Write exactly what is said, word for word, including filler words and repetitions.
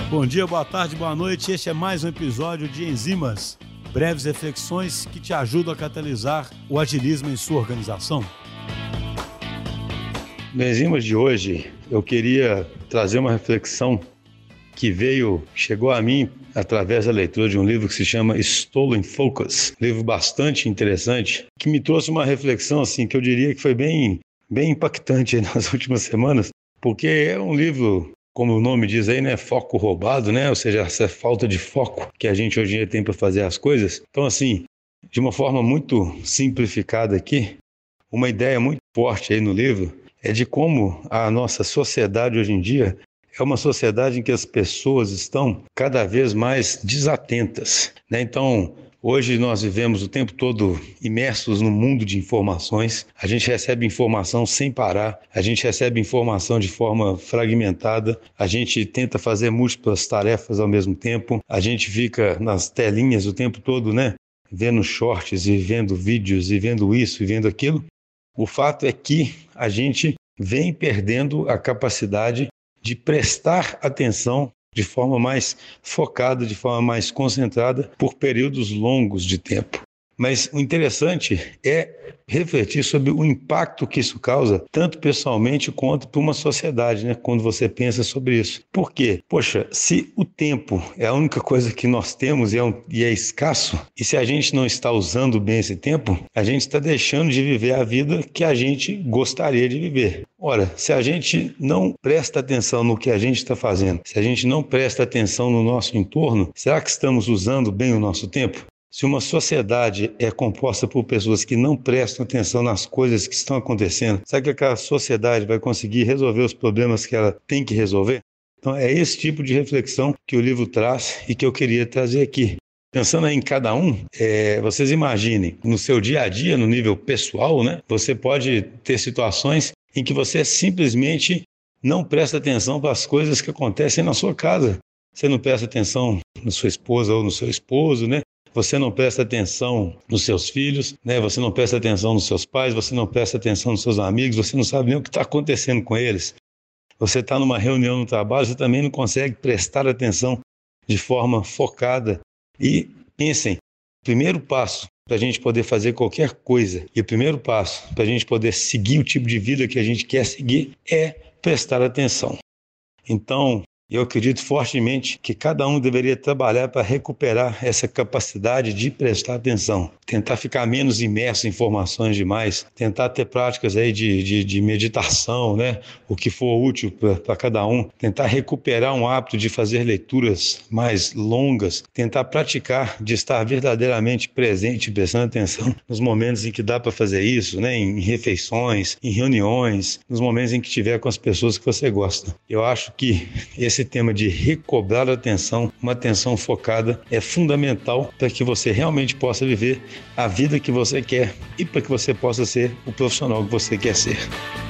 Bom dia, boa tarde, boa noite. Este é mais um episódio de Enzimas, breves reflexões que te ajudam a catalisar o agilismo em sua organização. No Enzimas de hoje, eu queria trazer uma reflexão que veio, chegou a mim através da leitura de um livro que se chama Stolen Focus, livro bastante interessante, que me trouxe uma reflexão assim que eu diria que foi bem, bem impactante nas últimas semanas, porque é um livro, como o nome diz aí, né, foco roubado, né, ou seja, essa falta de foco que a gente hoje em dia tem para fazer as coisas. Então, assim, de uma forma muito simplificada aqui, uma ideia muito forte aí no livro é de como a nossa sociedade hoje em dia é uma sociedade em que as pessoas estão cada vez mais desatentas, né? Então, hoje nós vivemos o tempo todo imersos no mundo de informações. A gente recebe informação sem parar, a gente recebe informação de forma fragmentada, a gente tenta fazer múltiplas tarefas ao mesmo tempo, a gente fica nas telinhas o tempo todo, né? Vendo shorts e vendo vídeos e vendo isso e vendo aquilo. O fato é que a gente vem perdendo a capacidade de prestar atenção de forma mais focada, de forma mais concentrada, por períodos longos de tempo. Mas o interessante é refletir sobre o impacto que isso causa, tanto pessoalmente quanto para uma sociedade, né? Quando você pensa sobre isso. Por quê? Poxa, se o tempo é a única coisa que nós temos e é, um, e é escasso, e se a gente não está usando bem esse tempo, a gente está deixando de viver a vida que a gente gostaria de viver. Ora, se a gente não presta atenção no que a gente está fazendo, se a gente não presta atenção no nosso entorno, será que estamos usando bem o nosso tempo? Se uma sociedade é composta por pessoas que não prestam atenção nas coisas que estão acontecendo, será que aquela sociedade vai conseguir resolver os problemas que ela tem que resolver? Então é esse tipo de reflexão que o livro traz e que eu queria trazer aqui. Pensando em cada um, é, vocês imaginem, no seu dia a dia, no nível pessoal, né, você pode ter situações em que você simplesmente não presta atenção para as coisas que acontecem na sua casa. Você não presta atenção na sua esposa ou no seu esposo, né? Você não presta atenção nos seus filhos, né? Você não presta atenção nos seus pais, você não presta atenção nos seus amigos, você não sabe nem o que está acontecendo com eles. Você está numa reunião no trabalho, você também não consegue prestar atenção de forma focada. E pensem, o primeiro passo para a gente poder fazer qualquer coisa e o primeiro passo para a gente poder seguir o tipo de vida que a gente quer seguir é prestar atenção. Então, eu acredito fortemente que cada um deveria trabalhar para recuperar essa capacidade de prestar atenção, tentar ficar menos imerso em informações demais, tentar ter práticas aí de, de, de meditação, né? O que for útil para cada um, tentar recuperar um hábito de fazer leituras mais longas, tentar praticar de estar verdadeiramente presente, prestando atenção nos momentos em que dá para fazer isso, né? Em refeições, em reuniões, nos momentos em que estiver com as pessoas que você gosta. Eu acho que esse Esse tema de recobrar a atenção, uma atenção focada, é fundamental para que você realmente possa viver a vida que você quer e para que você possa ser o profissional que você quer ser.